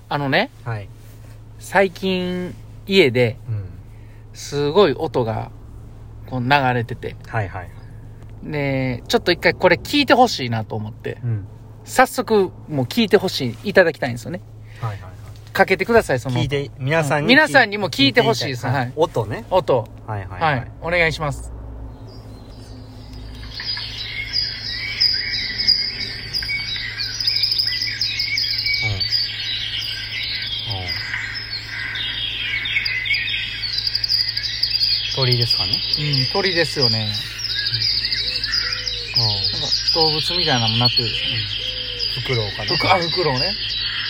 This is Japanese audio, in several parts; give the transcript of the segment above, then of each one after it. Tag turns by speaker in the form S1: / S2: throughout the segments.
S1: ね、
S2: はい、
S1: 最近家ですごい音がこう流れてて、
S2: はいはい、
S1: ね、ちょっと一回これ聞いてほしいなと思って、早速もう聞いてほしい、いただきたいんですよね。
S2: はいはいはい。
S1: かけてください、
S2: 聞いて、皆さん
S1: にも聞いてほしいです。はい。
S2: 音ね。
S1: 音。
S2: はいはいはい。
S1: お願いします。
S2: 鳥ですかね。
S1: 鳥ですよね。なんか動物みたいなのもなってるでしょね。
S2: フクロウかな。
S1: フクロウね。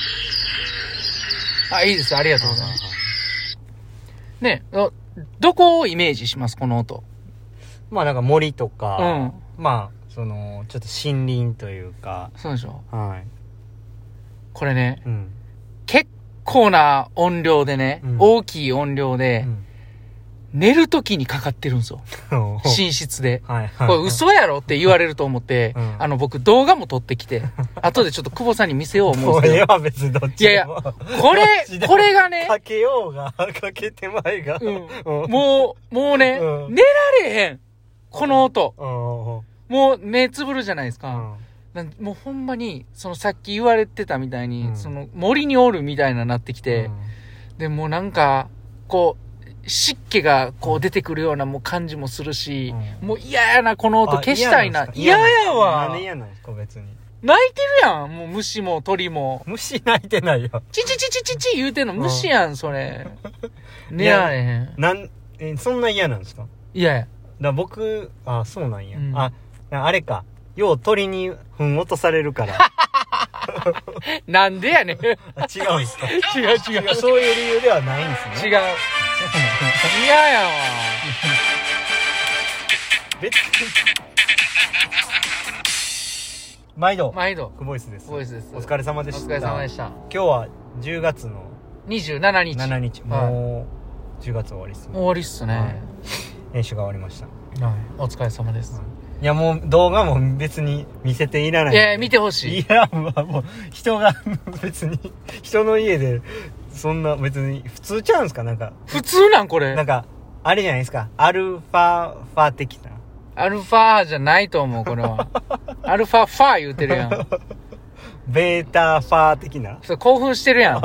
S1: いいです。ありがとうございます。ね、どこをイメージしますこの音。
S2: まあなんか森とか、まあそのちょっと森林というか。
S1: そうでしょ。
S2: はい。
S1: これね、結構な音量でね、大きい音量で、寝るときにかかってるんですよ。寝室で。これ嘘やろって言われると思って、僕動画も撮ってきて、後でちょっと久保さんに見せよう思うんですけど。
S2: これは別にどっちも。
S1: いや、これがね。
S2: かけようが、かけてまいが。
S1: もうね、寝られへん。この音。もう目つぶるじゃないですか。もうほんまに、そのさっき言われてたみたいに、その森におるみたいななってきて、で、もうなんか、こう、湿気がこう出てくるようなもう感じもするし、もう嫌やな、この音消したいな。嫌やわ。
S2: なんで嫌なんですか、別に。
S1: 泣いてるやん、もう虫も鳥も。
S2: 虫泣いてないよ。
S1: チチチチチチ言うてんの虫やん、それ。寝られへん。
S2: そんな嫌なんですか？
S1: いや。
S2: 僕、そうなんや。あれか。よう鳥に糞落とされるから。
S1: なんでやねん。
S2: 違うんですか？
S1: 違う。
S2: そういう理由ではないんですね。
S1: 違う。嫌やわ。
S2: 別に。毎度。クボイスです。
S1: クボイスです。
S2: お疲れ様でした。
S1: お疲れ様でした。
S2: 今日は10月の
S1: 27日。
S2: 7日。もう10月終わりっすね。
S1: 終わりっすね。
S2: 練習が終わりました。
S1: お疲れ様です。
S2: いやもう動画も別に見せていらない。
S1: いや見てほしい。
S2: いやもう人が別に人の家でそんな別に普通ちゃうんすか？なんか
S1: 普通なんこれ。
S2: なんかあれじゃないですか。アルファ的な。
S1: アルファじゃないと思うこれは。アルファファー言うてるやん。
S2: ベータファ的な。
S1: それ興奮してるやん。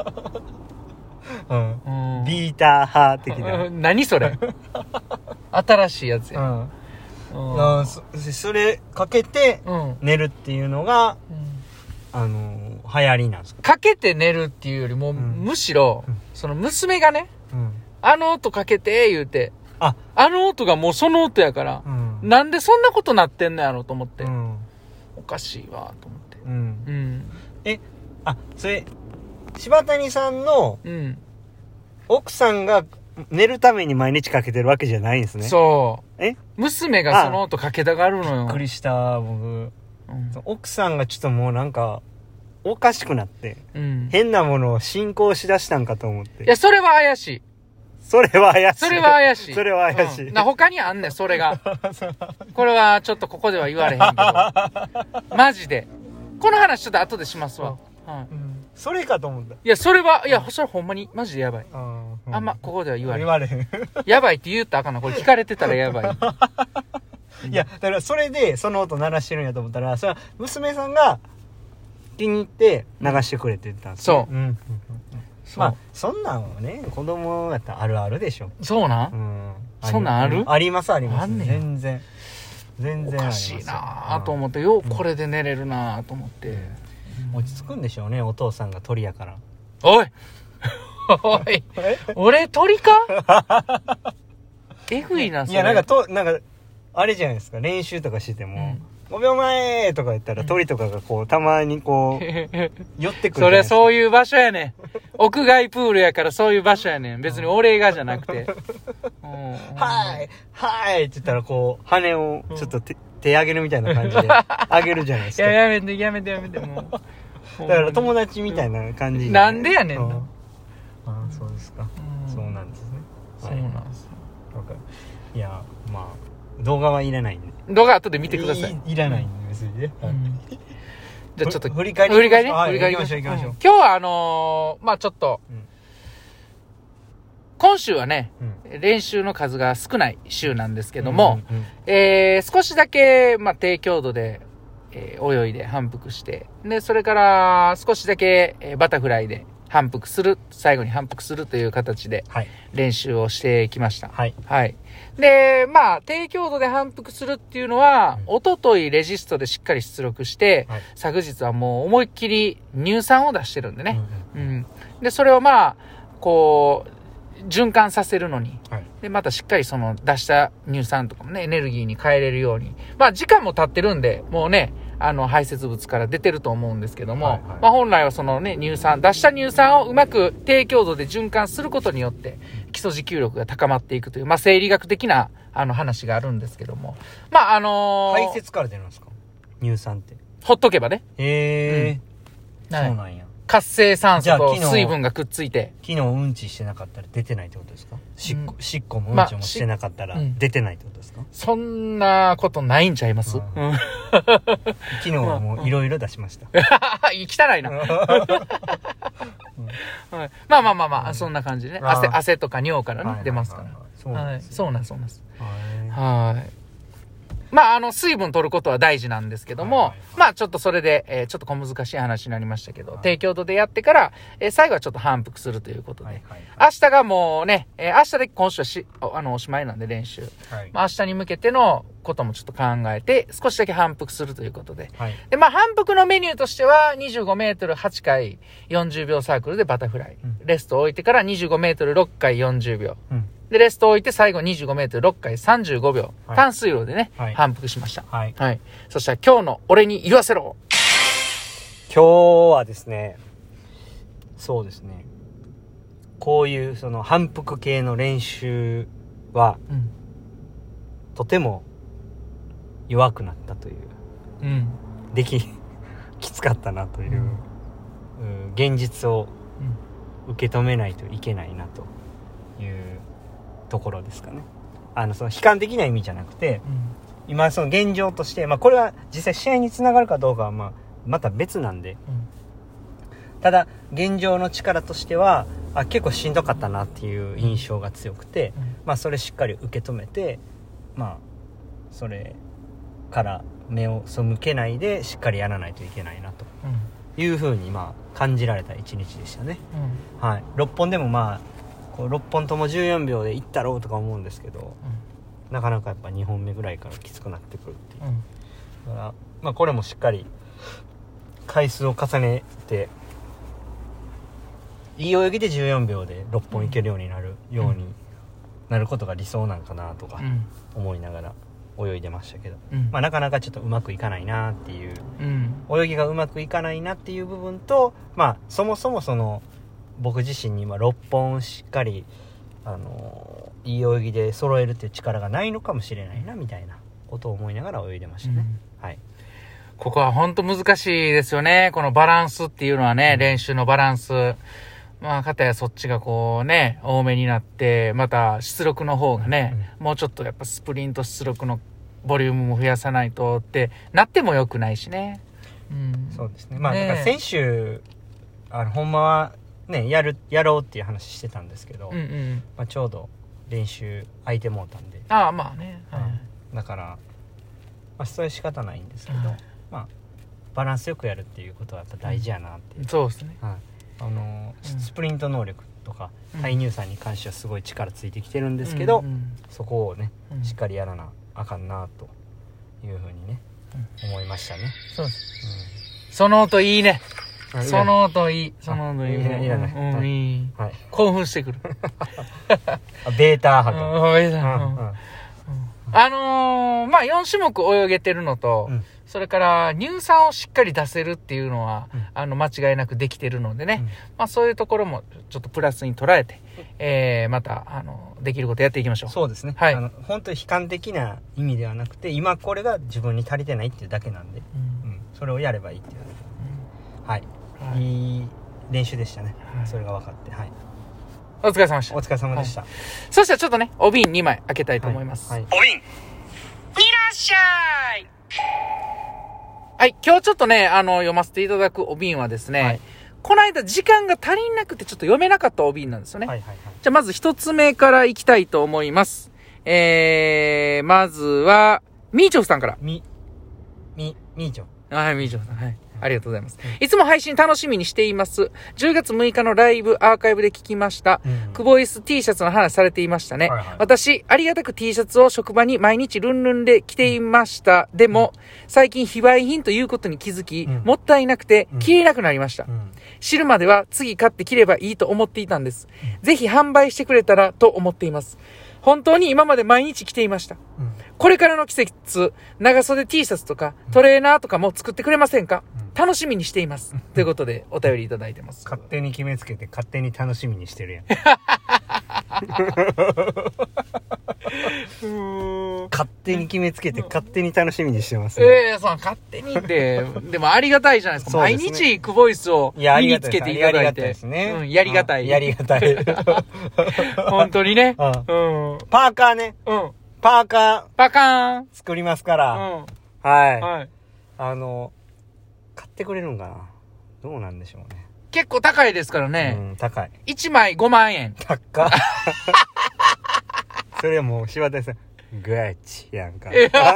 S2: ビータ派的な。
S1: 何それ。新しいやつや。
S2: それかけて寝るっていうのが、流行りなんですか？
S1: かけて寝るっていうよりも、むしろ、その娘がね、あの音かけて言うて、あの音がもうその音やから、なんでそんなことなってんのやろと思って、おかしいわと思って。
S2: それ柴谷さんの奥さんが寝るために毎日かけてるわけじゃないんですね。
S1: そう。娘がその音かけたがるのよ。
S2: びっくりした僕、奥さんがちょっともうなんかおかしくなって、変なものを信仰しだしたんかと思って。
S1: いやそれは怪しい。
S2: それは怪しい。
S1: 他にあんねんそれが。これはちょっとここでは言われへんけど。マジで。この話ちょっと後でしますわ。
S2: それかと思った。
S1: いやそれはそれほんまにマジでやばい。あんまここでは言われへん。やばいって言ったらあかんな。これ聞かれてたらやばい。
S2: いやだからそれでその音鳴らしてるんやと思ったら、それは娘さんが気に入って流してくれてたんですよ。まあそんなんはね子供やったらあるあるでしょ。
S1: そうなん？そんなんある？
S2: あります。
S1: あんねん。
S2: 全然
S1: おかしいなと思って、ようこれで寝れるなと思って。
S2: 落ち着くんでしょうね、お父さんが鳥やから。
S1: おい俺鳥か？えぐいなそれ。
S2: いやなんかあれじゃないですか、練習とかしてても、5秒前とか言ったら鳥とかがこうたまにこう寄ってくる。
S1: それそういう場所やねん。屋外プールやからそういう場所やねん。別に俺がじゃなくて。
S2: はいって言ったらこう羽をちょっと手上げるみたいな感じで上げるじゃないですか。
S1: いややめてもう。
S2: だから友達みたいな感じ、
S1: なんでやねんな。
S2: そうですか。そうなんですね。
S1: そうなんですよ。
S2: いやまあ動画はいらないんで。
S1: 動画後で見てください。
S2: いらないんで別にね。
S1: じゃあちょっと
S2: 振り返り
S1: ね。振り返り
S2: 行きましょう。
S1: 今日はまあちょっと、今週はね、練習の数が少ない週なんですけども、少しだけ、まあ低強度で、泳いで反復して、で、それから少しだけ、バタフライで最後に反復するという形で練習をしてきました。
S2: はい。
S1: はい。で、まあ、低強度で反復するっていうのは、一昨日レジストでしっかり出力して、昨日はもう思いっきり乳酸を出してるんでね。で、それをまあ、こう、循環させるのに、で、またしっかりその出した乳酸とかもね、エネルギーに変えれるように。まあ、時間も経ってるんで、もうね、排泄物から出てると思うんですけども、まあ本来はそのね、出した乳酸をうまく低強度で循環することによって、基礎持久力が高まっていくという、まあ生理学的な、話があるんですけども。まあ
S2: 排泄から出るんですか？乳酸って。
S1: ほっとけばね。
S2: そうなんや。
S1: 活性酸素と水分がくっついて。
S2: 昨日うんちしてなかったら出てないってことですか？しっこもうんちもしてなかったら出てないってことですか？
S1: そんなことないんちゃいます？昨
S2: 日はもういろいろ出しました。
S1: 汚いな。まあ、そんな感じでね。汗とか尿からね、出ますから。そうなんです。はい。まあ、水分取ることは大事なんですけども、まあ、ちょっとそれで、ちょっと小難しい話になりましたけど、低強度でやってから、最後はちょっと反復するということで、明日がもうね、明日で今週はおしまいなんで練習。まあ、明日に向けてのこともちょっと考えて、少しだけ反復するということで。で、まあ、反復のメニューとしては、25メートル8回40秒サークルでバタフライ。レストを置いてから25メートル6回40秒。で、レストを置いて最後25メートル6回35秒。単水路でね、反復しました。はい。そしたら今日の俺に言わせろ。
S2: 今日はですね、そうですね。こういうその反復系の練習は、とても弱くなったという。きつかったなという、現実を受け止めないといけないなというところですかね。その悲観的な意味じゃなくて、今その現状として、まあこれは実際試合につながるかどうかはまた別なんで、ただ現状の力としては結構しんどかったなっていう印象が強くて、まあそれしっかり受け止めて、まあそれから目を背けないでしっかりやらないといけないなというふうにまあ感じられた一日でしたね。はい。6本でもまあこう6本とも14秒でいったろうとか思うんですけど、なかなかやっぱ2本目ぐらいからきつくなってくるっていう、だからまあこれもしっかり回数を重ねていい泳ぎで14秒で6本いけるようになるなることが理想なんかなとか思いながら泳いでましたけど、まあなかなかちょっとうまくいかないなっていう、泳ぎがうまくいかないなっていう部分と、まあそもそもその僕自身に今6本しっかりいい泳ぎで揃えるっていう力がないのかもしれないなみたいなことを思いながら泳いでましたね。はい。
S1: ここは本当難しいですよね。このバランスっていうのはね、練習のバランス。まあ、かたやそっちがこうね、多めになって、また出力の方がね、もうちょっとやっぱスプリント出力のボリュームも増やさないとってなっても良くないしね。
S2: そうですね。まあ、だから先週、ほんまはね、やろうっていう話してたんですけど、まあ、ちょうど練習空いてもうたんで。
S1: まあね。
S2: だから、まあ、それは仕方ないんですけど、まあ、バランスよくやるっていうことはやっぱ大事やなっていう。
S1: そうですね。
S2: スプリント能力とか体乳酸に関してはすごい力ついてきてるんですけど、そこをね、しっかりやらなあかんなというふうにね、思いましたね。
S1: そうです。その音いいね。その音いい。その音いい。
S2: いらない。
S1: いい。興奮してくる。
S2: ベータ波と。
S1: まあ4種目泳げてるのと、それから乳酸をしっかり出せるっていうのは、間違いなくできてるのでね、まあそういうところもちょっとプラスに捉えて、またできることやっていきましょう。
S2: そうですね。本当に悲観的な意味ではなくて、今これが自分に足りてないっていうだけなんで、それをやればいいっていうだけ。いい練習でしたね。それが分かって、
S1: お疲れ様でした。
S2: お疲れ様でした。
S1: そしたらちょっとね、お瓶2枚開けたいと思います。お瓶、いらっしゃい。 はい、今日ちょっとね、読ませていただくお瓶はですね、はい、この間時間が足りなくてちょっと読めなかったお瓶なんですよね。はいはいはい。じゃあまず一つ目からいきたいと思います。まずは、みーちょふさんから。みーちょ。はい、みーちょふさん。はい。ありがとうございます。いつも配信楽しみにしています。10月6日のライブアーカイブで聞きました。クボイス T シャツの話されていましたね。はいはい、私、ありがたく T シャツを職場に毎日ルンルンで着ていました。でも、最近非売品ということに気づき、もったいなくて着れなくなりました。知るまでは次買って着ればいいと思っていたんです。ぜひ販売してくれたらと思っています。本当に今まで毎日着ていました。これからの季節、長袖 T シャツとかトレーナーとかも作ってくれませんか？楽しみにしています。ということでお便りいただいてます。
S2: 勝手に決めつけて勝手に楽しみにしてるやん。勝手に決めつけて勝手に楽しみにしてます、
S1: ね。その勝手にって、でもありがたいじゃないですか。毎日クボイスを身につけていただいて。
S2: ですね。
S1: うん、やりがたい。
S2: やりがたい。
S1: 本当にね。
S2: パーカーね。パーカ
S1: ー
S2: 作りますから。はい。買ってくれるんかな、どうなんでしょうね。
S1: 結構高いですからね。
S2: 高い。
S1: 1枚5万円。
S2: 高っ。それはもう柴田さんガチやんか。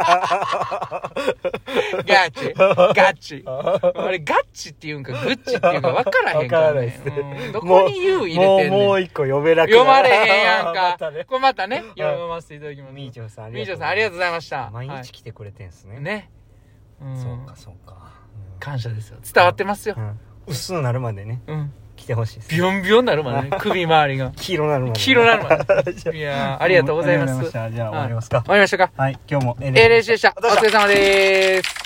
S1: ガチ。あれガチっていうんかグッチっていうか分からへんからね。どこに U 入れてんねん。
S2: もう一個読めなくなる。
S1: 読まれへんやんか。これまたね、読ませていただきます。
S2: みーちょさんあ
S1: りがとうございました。
S2: 毎日来てくれてんすね。
S1: ね。
S2: そうか。
S1: 感謝ですよ。伝わってますよ。
S2: 薄くなるまでね。来てほしいです。
S1: ビヨンビヨンなるまでね。首周りが。
S2: 黄色なるまで。
S1: 黄色なるまで。いやー、ありがとうございます。
S2: じゃあ終わりますか。
S1: 終わりましたか。
S2: はい、今日も
S1: LHでした。お疲れ様です。